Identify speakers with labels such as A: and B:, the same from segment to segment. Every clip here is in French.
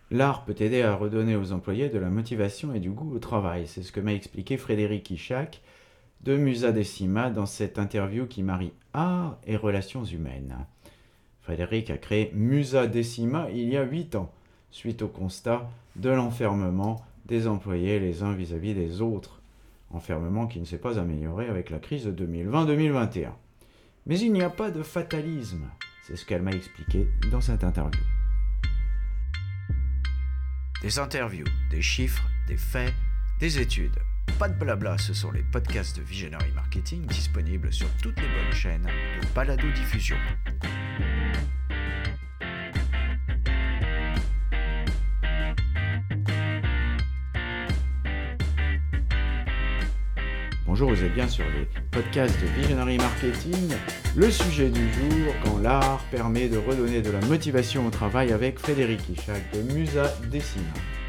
A: L'art peut aider à redonner aux employés de la motivation et du goût au travail. C'est ce que m'a expliqué Frédéric Ichac de Musa Decima dans cette interview qui marie art et relations humaines. Frédéric a créé Musa Decima il y a 8 ans, suite au constat de l'enfermement des employés les uns vis-à-vis des autres. Enfermement qui ne s'est pas amélioré avec la crise de 2020-2021. Mais il n'y a pas de fatalisme, c'est ce qu'elle m'a expliqué dans cette interview. Des interviews, des chiffres, des faits, des études. Pas de blabla, ce sont les podcasts de Visionary Marketing disponibles sur toutes les bonnes chaînes de balado-diffusion. Bonjour, vous êtes bien sur les podcasts de Visionary Marketing. Le sujet du jour, quand l'art permet de redonner de la motivation au travail avec Frédéric Ichac de Musa Decima.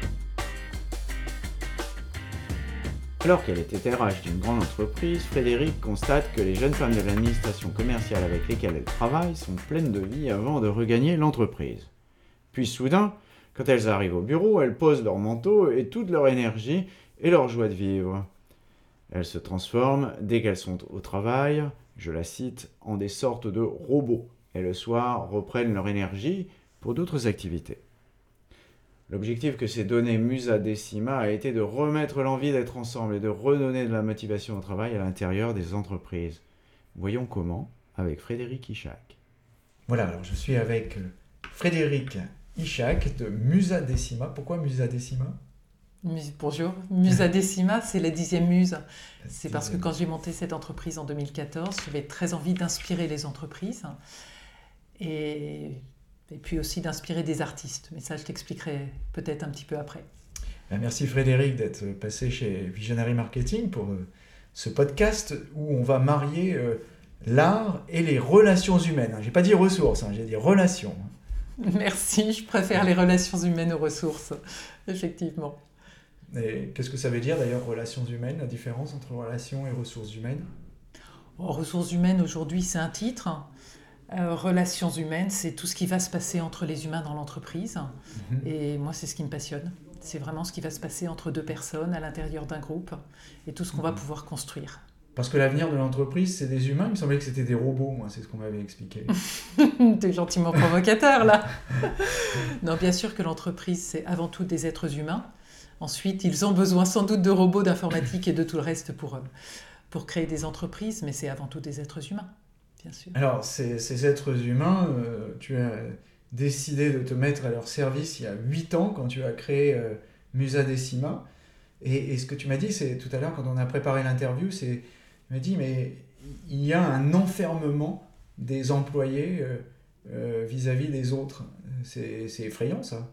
A: Alors qu'elle était RH d'une grande entreprise, Frédéric constate que les jeunes femmes de l'administration commerciale avec lesquelles elle travaille sont pleines de vie avant de regagner l'entreprise. Puis soudain, quand elles arrivent au bureau, elles posent leur manteau et toute leur énergie et leur joie de vivre. Elles se transforment, dès qu'elles sont au travail, je la cite, en des sortes de robots, et le soir reprennent leur énergie pour d'autres activités. L'objectif que s'est donné Musa Decima a été de remettre l'envie d'être ensemble et de redonner de la motivation au travail à l'intérieur des entreprises. Voyons comment avec Frédéric Ichac.
B: Voilà, alors je suis avec Frédéric Ichac de Musa Decima. Pourquoi Musa Decima ?
C: Bonjour, Musa Decima, c'est la 10e muse. C'est parce que quand j'ai monté cette entreprise en 2014, j'avais très envie d'inspirer les entreprises et puis aussi d'inspirer des artistes. Mais ça, je t'expliquerai peut-être un petit peu après.
B: Merci Frédéric d'être passé chez Visionary Marketing pour ce podcast où on va marier l'art et les relations humaines. Je n'ai pas dit ressources, j'ai dit relations.
C: Merci, je préfère les relations humaines aux ressources, effectivement.
B: Et qu'est-ce que ça veut dire d'ailleurs, relations humaines, la différence entre relations et ressources humaines ?
C: Ressources humaines, aujourd'hui, c'est un titre. Relations humaines, c'est tout ce qui va se passer entre les humains dans l'entreprise. Et moi, c'est ce qui me passionne. C'est vraiment ce qui va se passer entre deux personnes à l'intérieur d'un groupe et tout ce qu'on va pouvoir construire.
B: Parce que l'avenir de l'entreprise, c'est des humains. Il me semblait que c'était des robots, moi, c'est ce qu'on m'avait expliqué.
C: T'es gentiment provocateur, là. Non, bien sûr que l'entreprise, c'est avant tout des êtres humains. Ensuite, ils ont besoin sans doute de robots, d'informatique et de tout le reste pour créer des entreprises, mais c'est avant tout des êtres humains, bien sûr.
B: Alors, ces êtres humains, tu as décidé de te mettre à leur service il y a 8 ans, quand tu as créé Musa Decima. Et ce que tu m'as dit, c'est tout à l'heure, quand on a préparé l'interview, tu m'as dit, mais il y a un enfermement des employés vis-à-vis des autres. C'est effrayant, ça.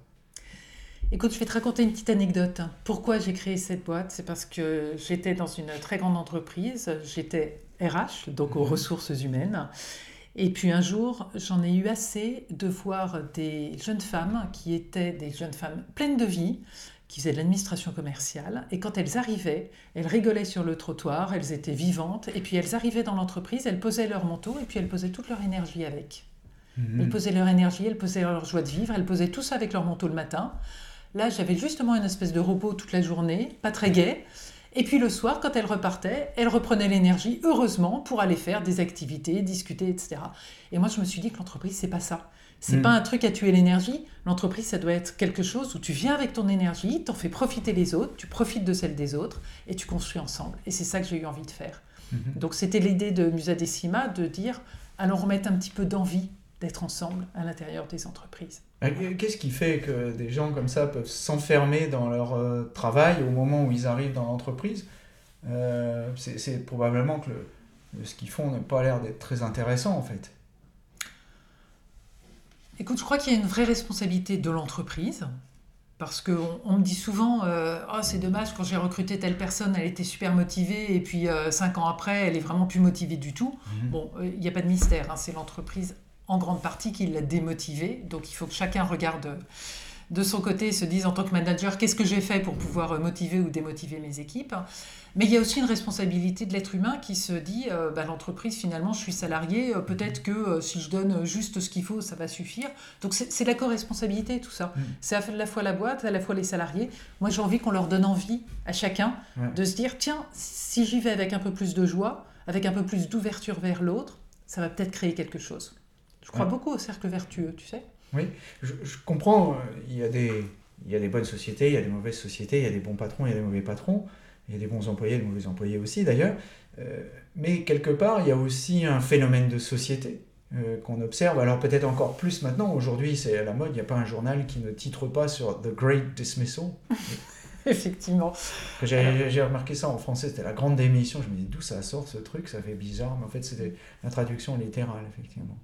C: Écoute, je vais te raconter une petite anecdote. Pourquoi j'ai créé cette boîte ? C'est parce que j'étais dans une très grande entreprise, j'étais RH, donc aux ressources humaines. Et puis un jour, j'en ai eu assez de voir des jeunes femmes qui étaient des jeunes femmes pleines de vie, qui faisaient de l'administration commerciale. Et quand elles arrivaient, elles rigolaient sur le trottoir, elles étaient vivantes. Et puis elles arrivaient dans l'entreprise, elles posaient leur manteau et puis elles posaient toute leur énergie avec. Elles posaient leur énergie, elles posaient leur joie de vivre, elles posaient tout ça avec leur manteau le matin. Là, j'avais justement une espèce de robot toute la journée, pas très gai. Et puis le soir, quand elle repartait, elle reprenait l'énergie, heureusement, pour aller faire des activités, discuter, etc. Et moi, je me suis dit que l'entreprise, c'est pas ça. C'est pas un truc à tuer l'énergie. L'entreprise, ça doit être quelque chose où tu viens avec ton énergie, t'en fais profiter les autres, tu profites de celle des autres et tu construis ensemble. Et c'est ça que j'ai eu envie de faire. Donc c'était l'idée de Musa Decima de dire, allons remettre un petit peu d'envie d'être ensemble à l'intérieur des entreprises.
B: Qu'est-ce qui fait que des gens comme ça peuvent s'enfermer dans leur travail au moment où ils arrivent dans l'entreprise ? C'est probablement que ce qu'ils font n'a pas l'air d'être très intéressant en fait.
C: Écoute, je crois qu'il y a une vraie responsabilité de l'entreprise, parce qu'on me dit souvent oh, c'est dommage, quand j'ai recruté telle personne, elle était super motivée, et puis 5 ans après, elle est vraiment plus motivée du tout. Bon, il n'y a pas de mystère, c'est l'entreprise en grande partie qui l'a démotivée, donc il faut que chacun regarde de son côté, se disent en tant que manager, qu'est-ce que j'ai fait pour pouvoir motiver ou démotiver mes équipes. Mais il y a aussi une responsabilité de l'être humain qui se dit, l'entreprise, finalement, je suis salarié, peut-être que si je donne juste ce qu'il faut, ça va suffire. Donc c'est la co-responsabilité, tout ça. C'est à la fois la boîte, à la fois les salariés. Moi, j'ai envie qu'on leur donne envie à chacun de se dire, tiens, si j'y vais avec un peu plus de joie, avec un peu plus d'ouverture vers l'autre, ça va peut-être créer quelque chose. Je crois beaucoup au cercle vertueux, tu sais.
B: Oui, je comprends. Il y a des bonnes sociétés, il y a des mauvaises sociétés, il y a des bons patrons, il y a des mauvais patrons. Il y a des bons employés, des mauvais employés aussi d'ailleurs. Mais quelque part, il y a aussi un phénomène de société qu'on observe. Alors peut-être encore plus maintenant. Aujourd'hui, c'est à la mode. Il n'y a pas un journal qui ne titre pas sur The Great Dismissal.
C: Effectivement.
B: J'ai remarqué ça en français. C'était la grande démission. Je me dis d'où ça sort ce truc. Ça fait bizarre. Mais en fait, c'était la traduction littérale, effectivement.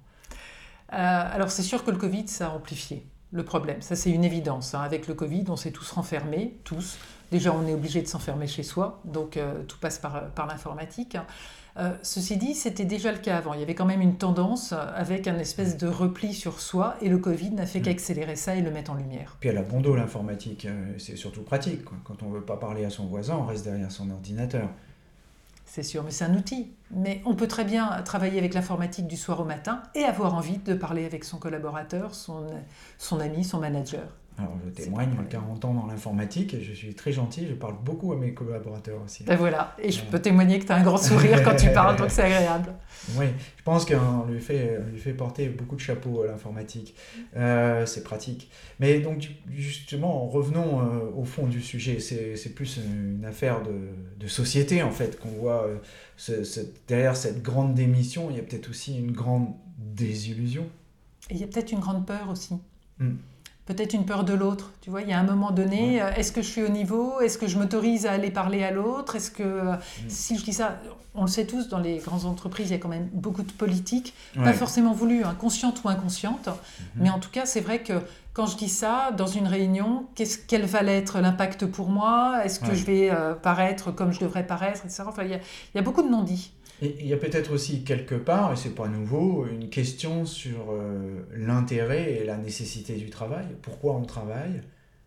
C: Alors c'est sûr que le Covid, ça a amplifié le problème. Ça, c'est une évidence. Avec le Covid, on s'est tous renfermés, tous. Déjà, on est obligé de s'enfermer chez soi, donc tout passe par l'informatique. Ceci dit, c'était déjà le cas avant. Il y avait quand même une tendance avec un espèce de repli sur soi, et le Covid n'a fait qu'accélérer ça et le mettre en lumière.
B: Puis elle a bon dos, l'informatique. C'est surtout pratique, quoi. Quand on ne veut pas parler à son voisin, on reste derrière son ordinateur.
C: C'est sûr, mais c'est un outil. Mais on peut très bien travailler avec l'informatique du soir au matin et avoir envie de parler avec son collaborateur, son ami, son manager.
B: Alors je témoigne, 40 ans dans l'informatique, et je suis très gentil, je parle beaucoup à mes collaborateurs aussi.
C: Ben voilà, et je peux témoigner que tu as un grand sourire quand tu parles, donc c'est agréable.
B: Oui, je pense qu'on lui fait porter beaucoup de chapeaux à l'informatique, c'est pratique. Mais donc justement, revenons au fond du sujet, c'est plus une affaire de société en fait, qu'on voit derrière cette grande démission, il y a peut-être aussi une grande désillusion.
C: Et il y a peut-être une grande peur aussi. Peut-être une peur de l'autre, tu vois, il y a un moment donné, est-ce que je suis au niveau, est-ce que je m'autorise à aller parler à l'autre, est-ce que, si je dis ça, on le sait tous, dans les grandes entreprises, il y a quand même beaucoup de politique, pas forcément voulue, consciente ou inconsciente, mais en tout cas, c'est vrai que quand je dis ça, dans une réunion, quel va être l'impact pour moi, est-ce que je vais paraître comme je devrais paraître, etc. Enfin, il y a beaucoup de non-dits.
B: Et il y a peut-être aussi quelque part, et c'est pas nouveau, une question sur l'intérêt et la nécessité du travail. Pourquoi on travaille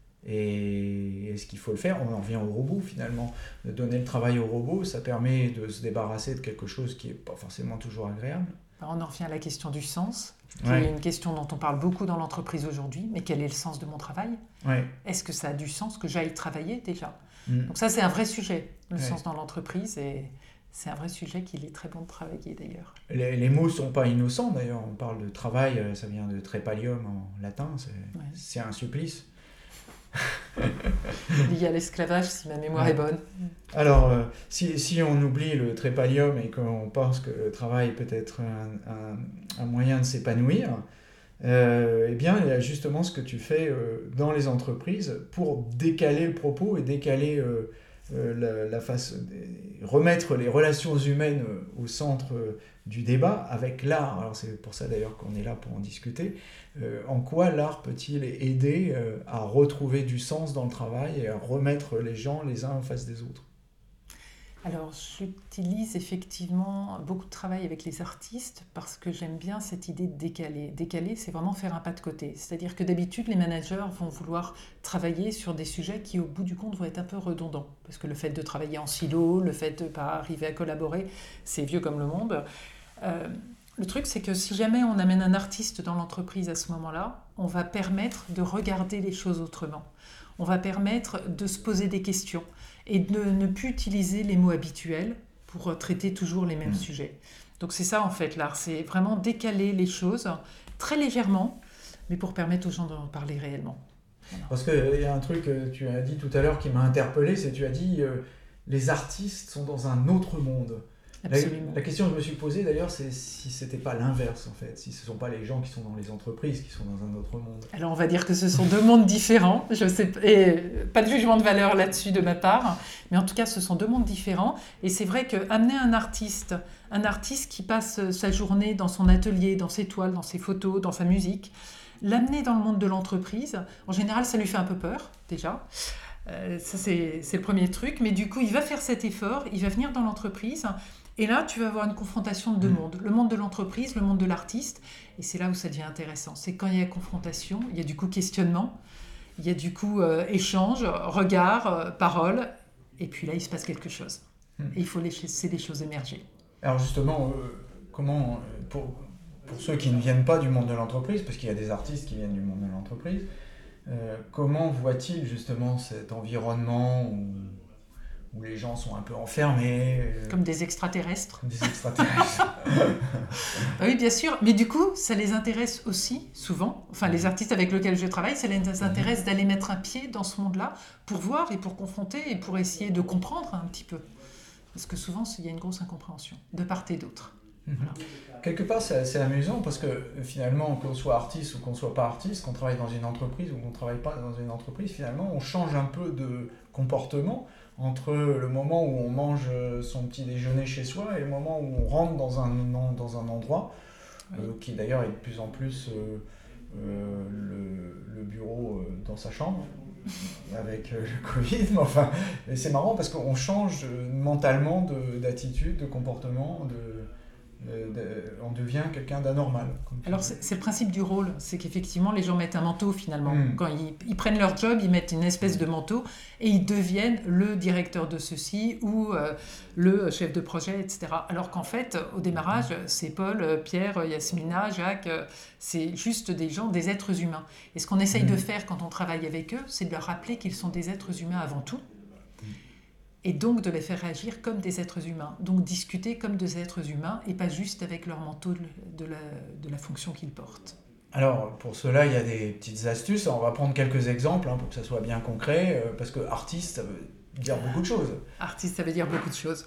B: et est-ce qu'il faut le faire? On en revient au robot finalement. De donner le travail au robot, ça permet de se débarrasser de quelque chose qui n'est pas forcément toujours agréable.
C: On en revient à la question du sens, qui est une question dont on parle beaucoup dans l'entreprise aujourd'hui. Mais quel est le sens de mon travail? Est-ce que ça a du sens que j'aille travailler déjà? Donc ça, c'est un vrai sujet, le sens dans l'entreprise, et c'est un vrai sujet qu'il est très bon de travailler d'ailleurs.
B: Les mots ne sont pas innocents d'ailleurs, on parle de travail, ça vient de trépalium en latin, c'est un supplice.
C: Lié à l'esclavage, si ma mémoire est bonne.
B: Alors, si on oublie le trépalium et qu'on pense que le travail peut être un moyen de s'épanouir, eh bien, il y a justement ce que tu fais dans les entreprises pour décaler le propos et décaler remettre les relations humaines au centre du débat avec l'art. Alors c'est pour ça d'ailleurs qu'on est là pour en discuter. En quoi l'art peut-il aider à retrouver du sens dans le travail et à remettre les gens les uns en face des autres?
C: Alors, j'utilise effectivement beaucoup de travail avec les artistes parce que j'aime bien cette idée de décaler. Décaler, c'est vraiment faire un pas de côté. C'est-à-dire que d'habitude, les managers vont vouloir travailler sur des sujets qui, au bout du compte, vont être un peu redondants. Parce que le fait de travailler en silo, le fait de ne pas arriver à collaborer, c'est vieux comme le monde. Le truc, c'est que si jamais on amène un artiste dans l'entreprise à ce moment-là, on va permettre de regarder les choses autrement. On va permettre de se poser des questions et de ne plus utiliser les mots habituels pour traiter toujours les mêmes sujets. Donc c'est ça en fait l'art, c'est vraiment décaler les choses très légèrement, mais pour permettre aux gens d'en parler réellement. Voilà.
B: Parce qu'il y a un truc que tu as dit tout à l'heure qui m'a interpellé, c'est que tu as dit les artistes sont dans un autre monde.
C: Absolument.
B: La question que je me suis posée d'ailleurs, c'est si c'était pas l'inverse en fait, si ce ne sont pas les gens qui sont dans les entreprises qui sont dans un autre monde.
C: Alors on va dire que ce sont deux mondes différents, je sais, et pas de jugement de valeur là-dessus de ma part, mais en tout cas ce sont deux mondes différents, et c'est vrai qu'amener un artiste qui passe sa journée dans son atelier, dans ses toiles, dans ses photos, dans sa musique, l'amener dans le monde de l'entreprise, en général ça lui fait un peu peur déjà. Ça c'est le premier truc, mais du coup il va faire cet effort, il va venir dans l'entreprise. Et là, tu vas avoir une confrontation de deux mondes. Le monde de l'entreprise, le monde de l'artiste. Et c'est là où ça devient intéressant. C'est quand il y a confrontation, il y a du coup questionnement. Il y a du coup échange, regard, parole, et puis là, il se passe quelque chose. Et il faut laisser les choses émerger.
B: Alors justement, comment, pour ceux qui ne viennent pas du monde de l'entreprise, parce qu'il y a des artistes qui viennent du monde de l'entreprise, comment voient-ils justement cet environnement où les gens sont un peu enfermés
C: Comme des extraterrestres.
B: Comme des extraterrestres.
C: Oui, bien sûr. Mais du coup, ça les intéresse aussi, souvent. Enfin, les artistes avec lesquels je travaille, ça les intéresse d'aller mettre un pied dans ce monde-là pour voir et pour confronter et pour essayer de comprendre un petit peu. Parce que souvent, il y a une grosse incompréhension de part et d'autre. Voilà.
B: Quelque part, c'est assez amusant parce que finalement, qu'on soit artiste ou qu'on ne soit pas artiste, qu'on travaille dans une entreprise ou qu'on ne travaille pas dans une entreprise, finalement, on change un peu de comportement entre le moment où on mange son petit déjeuner chez soi et le moment où on rentre dans un endroit qui d'ailleurs est de plus en plus le bureau dans sa chambre avec le Covid. Mais enfin, c'est marrant parce qu'on change mentalement d'attitude, de comportement, on devient quelqu'un d'anormal.
C: Alors c'est le principe du rôle, c'est qu'effectivement les gens mettent un manteau finalement. Quand ils prennent leur job, ils mettent une espèce de manteau et ils deviennent le directeur de ceci ou le chef de projet, etc. Alors qu'en fait, au démarrage, c'est Paul, Pierre, Yasmina, Jacques, c'est juste des gens, des êtres humains. Et ce qu'on essaye de faire quand on travaille avec eux, c'est de leur rappeler qu'ils sont des êtres humains avant tout. Et donc de les faire réagir comme des êtres humains. Donc discuter comme des êtres humains et pas juste avec leur manteau de la fonction qu'ils portent.
B: Alors pour cela, il y a des petites astuces. On va prendre quelques exemples pour que ça soit bien concret, parce que artiste, ça veut dire beaucoup de choses.
C: Artiste, ça veut dire beaucoup de choses.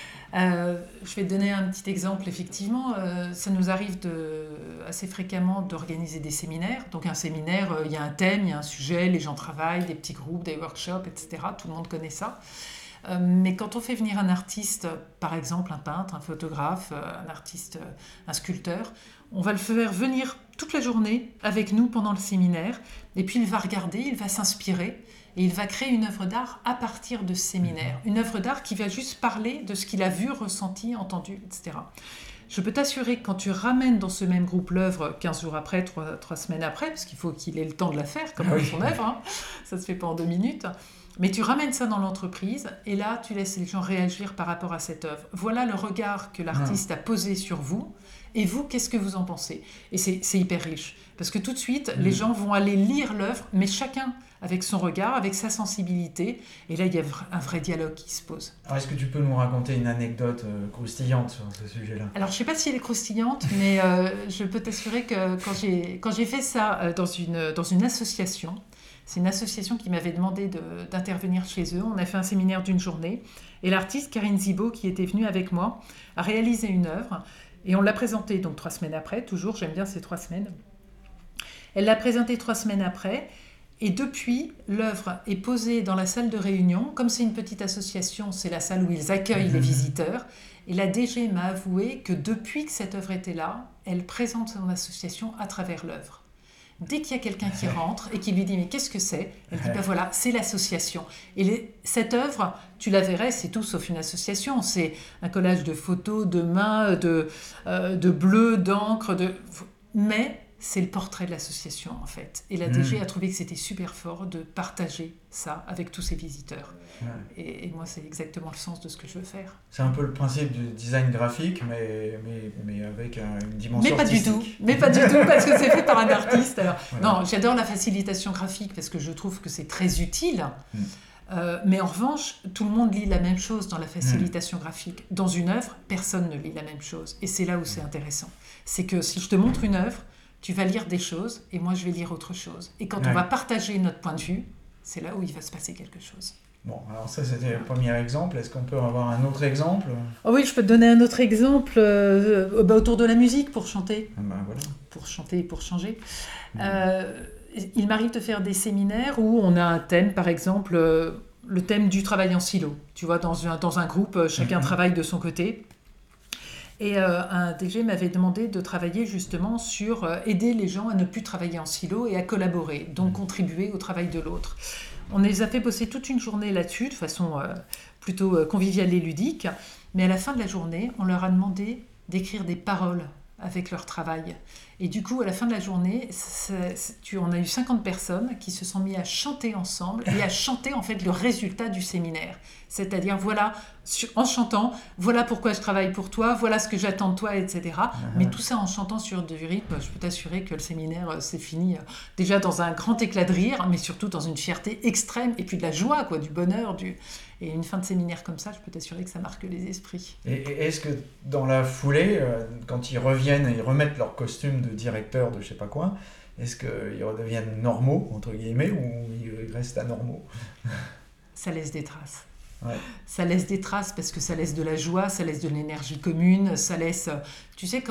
C: Je vais te donner un petit exemple. Effectivement, ça nous arrive assez fréquemment d'organiser des séminaires. Donc un séminaire, il y a un thème, il y a un sujet, les gens travaillent, des petits groupes, des workshops, etc. Tout le monde connaît ça. Mais quand on fait venir un artiste, par exemple un peintre, un photographe, un artiste, un sculpteur, on va le faire venir toute la journée avec nous pendant le séminaire, et puis il va regarder, il va s'inspirer, et il va créer une œuvre d'art à partir de ce séminaire. Une œuvre d'art qui va juste parler de ce qu'il a vu, ressenti, entendu, etc. Je peux t'assurer que quand tu ramènes dans ce même groupe l'œuvre 15 jours après, 3 semaines après, parce qu'il faut qu'il ait le temps de la faire, comme son œuvre, ça ne se fait pas en 2 minutes, mais tu ramènes ça dans l'entreprise et là, tu laisses les gens réagir par rapport à cette œuvre. Voilà le regard que l'artiste a posé sur vous. Et vous, qu'est-ce que vous en pensez ? Et c'est hyper riche. Parce que tout de suite, les gens vont aller lire l'œuvre, mais chacun avec son regard, avec sa sensibilité. Et là, il y a un vrai dialogue qui se pose.
B: Alors, est-ce que tu peux nous raconter une anecdote croustillante sur ce sujet-là ?
C: Alors, je ne sais pas si elle est croustillante, mais je peux t'assurer que quand j'ai fait ça dans une association, c'est une association qui m'avait demandé d'intervenir chez eux. On a fait un séminaire d'1 journée. Et l'artiste Karine Zibo, qui était venue avec moi, a réalisé une œuvre. Et on l'a présentée donc 3 semaines après. Toujours, j'aime bien ces 3 semaines. Elle l'a présentée 3 semaines après. Et depuis, l'œuvre est posée dans la salle de réunion. Comme c'est une petite association, c'est la salle où ils accueillent les visiteurs. Et la DG m'a avoué que depuis que cette œuvre était là, elle présente son association à travers l'œuvre. Dès qu'il y a quelqu'un qui rentre et qui lui dit « mais qu'est-ce que c'est ?» Elle dit « voilà, c'est l'association ». Et cette œuvre, tu la verrais, c'est tout sauf une association. C'est un collage de photos, de mains, de bleu, d'encre, mais c'est le portrait de l'association en fait. Et la DG a trouvé que c'était super fort de partager ça avec tous ses visiteurs. Et moi, c'est exactement le sens de ce que je veux faire.
B: C'est un peu le principe du design graphique, mais avec une dimension artistique.
C: Mais pas du tout, parce que c'est fait par un artiste. Alors, non, j'adore la facilitation graphique parce que je trouve que c'est très utile. Mais en revanche, tout le monde lit la même chose dans la facilitation graphique. Dans une œuvre, personne ne lit la même chose. Et c'est là où c'est intéressant. C'est que si je te montre une œuvre, tu vas lire des choses et moi je vais lire autre chose. Et quand on va partager notre point de vue, c'est là où il va se passer quelque chose.
B: Bon, alors ça c'était le premier exemple. Est-ce qu'on peut avoir un autre exemple ?
C: Oh oui, je peux te donner un autre exemple autour de la musique pour chanter.
B: Voilà.
C: Pour chanter et pour changer. Il m'arrive de faire des séminaires où on a un thème, par exemple, le thème du travail en silo. Tu vois, dans un groupe, chacun travaille de son côté. Et un DG m'avait demandé de travailler justement sur aider les gens à ne plus travailler en silo et à collaborer, donc contribuer au travail de l'autre. On les a fait bosser toute une journée là-dessus, de façon plutôt conviviale et ludique, mais à la fin de la journée, on leur a demandé d'écrire des paroles avec leur travail. Et du coup, à la fin de la journée, on a eu 50 personnes qui se sont mis à chanter ensemble et à chanter en fait le résultat du séminaire. C'est-à-dire, voilà, en chantant, voilà pourquoi je travaille pour toi, voilà ce que j'attends de toi, etc. Mais tout ça en chantant sur du rythme, je peux t'assurer que le séminaire s'est fini déjà dans un grand éclat de rire, mais surtout dans une fierté extrême et puis de la joie, quoi, du bonheur. Et une fin de séminaire comme ça, je peux t'assurer que ça marque les esprits.
B: Et est-ce que dans la foulée, quand ils reviennent et ils remettent leur costume de directeur de je sais pas quoi, est-ce qu'ils redeviennent normaux, entre guillemets, ou ils restent anormaux ?
C: Ça laisse des traces.
B: Ouais.
C: Ça laisse des traces parce que ça laisse de la joie, ça laisse de l'énergie commune, ça laisse... Tu sais,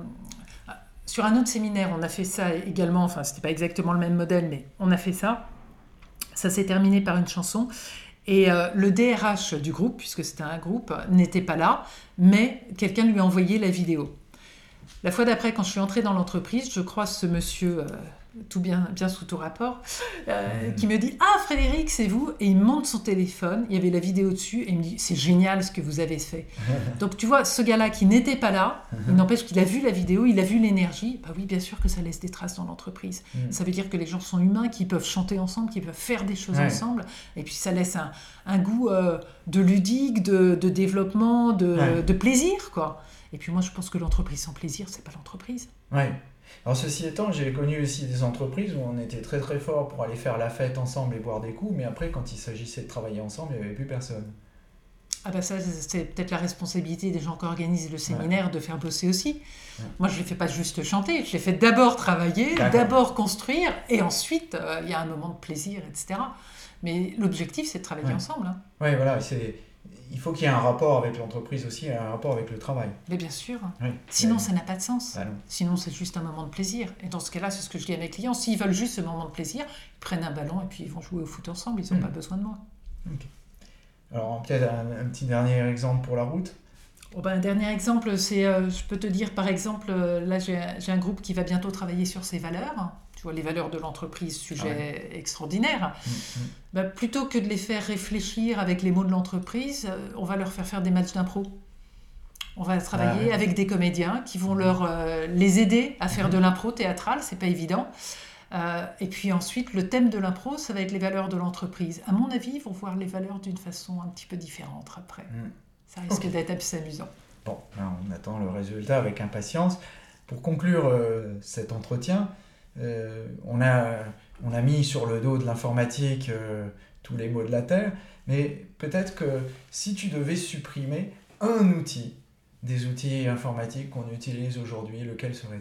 C: sur un autre séminaire, on a fait ça également, enfin, c'était pas exactement le même modèle, mais on a fait ça. Ça s'est terminé par une chanson. Et le DRH du groupe, puisque c'était un groupe, n'était pas là, mais quelqu'un lui a envoyé la vidéo. La fois d'après, quand je suis entrée dans l'entreprise, je croise ce monsieur, tout bien sous tout rapport, qui me dit « Ah, Frédéric, c'est vous ?» Et il monte son téléphone, il y avait la vidéo dessus, et il me dit « C'est génial ce que vous avez fait. » Donc tu vois, ce gars-là qui n'était pas là, il n'empêche qu'il a vu la vidéo, il a vu l'énergie. Bah oui, bien sûr que ça laisse des traces dans l'entreprise. Ça veut dire que les gens sont humains, qu'ils peuvent chanter ensemble, qu'ils peuvent faire des choses ensemble, et puis ça laisse un goût de ludique, de développement, de plaisir, quoi. Et puis moi, je pense que l'entreprise sans plaisir, c'est pas l'entreprise.
B: Ouais. Alors ceci étant, j'ai connu aussi des entreprises où on était très très fort pour aller faire la fête ensemble et boire des coups, mais après, quand il s'agissait de travailler ensemble, il n'y avait plus personne.
C: Ah bah ça, c'est peut-être la responsabilité des gens qui organisent le séminaire de faire bosser aussi. Moi, je ne les fais pas juste chanter, je les fais d'abord travailler, d'abord construire, et ensuite, il y a un moment de plaisir, etc. Mais l'objectif, c'est de travailler ensemble. Hein.
B: Oui, voilà, il faut qu'il y ait un rapport avec l'entreprise aussi, un rapport avec le travail.
C: Mais bien sûr.
B: Oui.
C: Sinon, ça n'a pas de sens.
B: Ah non.
C: Sinon, c'est juste un moment de plaisir. Et dans ce cas-là, c'est ce que je dis à mes clients. S'ils veulent juste ce moment de plaisir, ils prennent un ballon et puis ils vont jouer au foot ensemble. Ils n'ont pas besoin de moi.
B: Okay. Alors, peut-être un petit dernier exemple pour la route.
C: Un dernier exemple, c'est, je peux te dire, par exemple, là, j'ai un groupe qui va bientôt travailler sur ses valeurs. Tu vois, les valeurs de l'entreprise, sujet extraordinaire. Plutôt que de les faire réfléchir avec les mots de l'entreprise, on va leur faire des matchs d'impro. On va travailler avec des comédiens qui vont les aider à faire de l'impro théâtrale, c'est pas évident. Et puis ensuite, le thème de l'impro, ça va être les valeurs de l'entreprise. À mon avis, ils vont voir les valeurs d'une façon un petit peu différente après. Ça risque d'être assez amusant.
B: Bon, là, on attend le résultat avec impatience. Pour conclure cet entretien, on a mis sur le dos de l'informatique tous les maux de la terre, mais peut-être que si tu devais supprimer un outil, des outils informatiques qu'on utilise aujourd'hui, lequel serait-il ?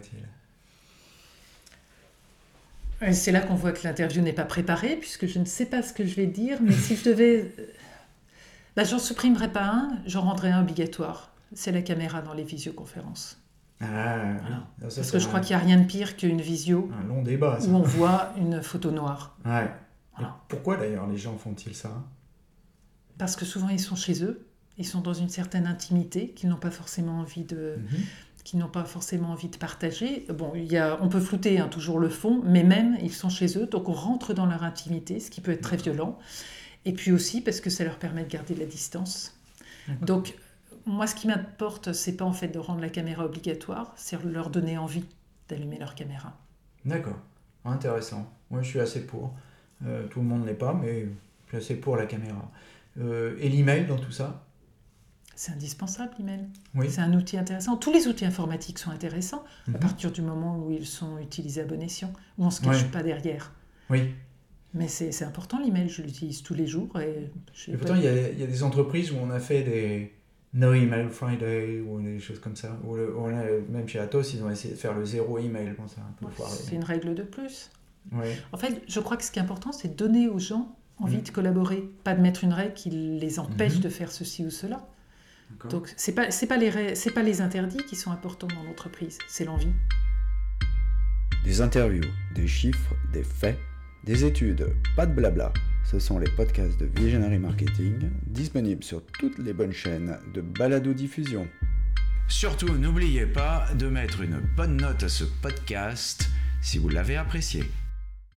C: C'est là qu'on voit que l'interview n'est pas préparée, puisque je ne sais pas ce que je vais dire, mais si je devais... j'en supprimerais pas un, j'en rendrais un obligatoire. C'est la caméra dans les visioconférences.
B: Voilà.
C: Parce que je crois qu'il n'y a rien de pire qu'une visio
B: un long débat, ça.
C: Où on voit une photo noire.
B: Ouais.
C: Voilà.
B: Pourquoi d'ailleurs les gens font-ils ça ?
C: Parce que souvent ils sont chez eux, ils sont dans une certaine intimité qu'ils n'ont pas forcément envie de... qui n'ont pas forcément envie de partager. Bon, on peut flouter toujours le fond, mais même, ils sont chez eux, donc on rentre dans leur intimité, ce qui peut être très violent. Et puis aussi parce que ça leur permet de garder de la distance. Donc, moi, ce qui m'importe, c'est pas en fait de rendre la caméra obligatoire, c'est leur donner envie d'allumer leur caméra.
B: D'accord, intéressant. Moi, je suis assez pour. Tout le monde ne l'est pas, mais je suis assez pour la caméra. Et l'email dans tout ça ?
C: C'est indispensable, l'email.
B: Oui.
C: C'est un outil intéressant. Tous les outils informatiques sont intéressants à partir du moment où ils sont utilisés à bon escient, où on ne se cache pas derrière.
B: Oui.
C: Mais c'est important, l'email. Je l'utilise tous les jours. Et
B: pourtant, il y a des entreprises où on a fait des No Email Friday ou des choses comme ça. Ou même chez Atos, ils ont essayé de faire le zéro email. Bon, c'est un peu foiré.
C: C'est une règle de plus.
B: Oui.
C: En fait, je crois que ce qui est important, c'est de donner aux gens envie de collaborer. Pas de mettre une règle qui les empêche de faire ceci ou cela. D'accord. Donc, c'est pas les interdits qui sont importants dans l'entreprise, c'est l'envie.
A: Des interviews, des chiffres, des faits, des études, pas de blabla. Ce sont les podcasts de Visionary Marketing, disponibles sur toutes les bonnes chaînes de balado-diffusion.
D: Surtout, n'oubliez pas de mettre une bonne note à ce podcast si vous l'avez apprécié.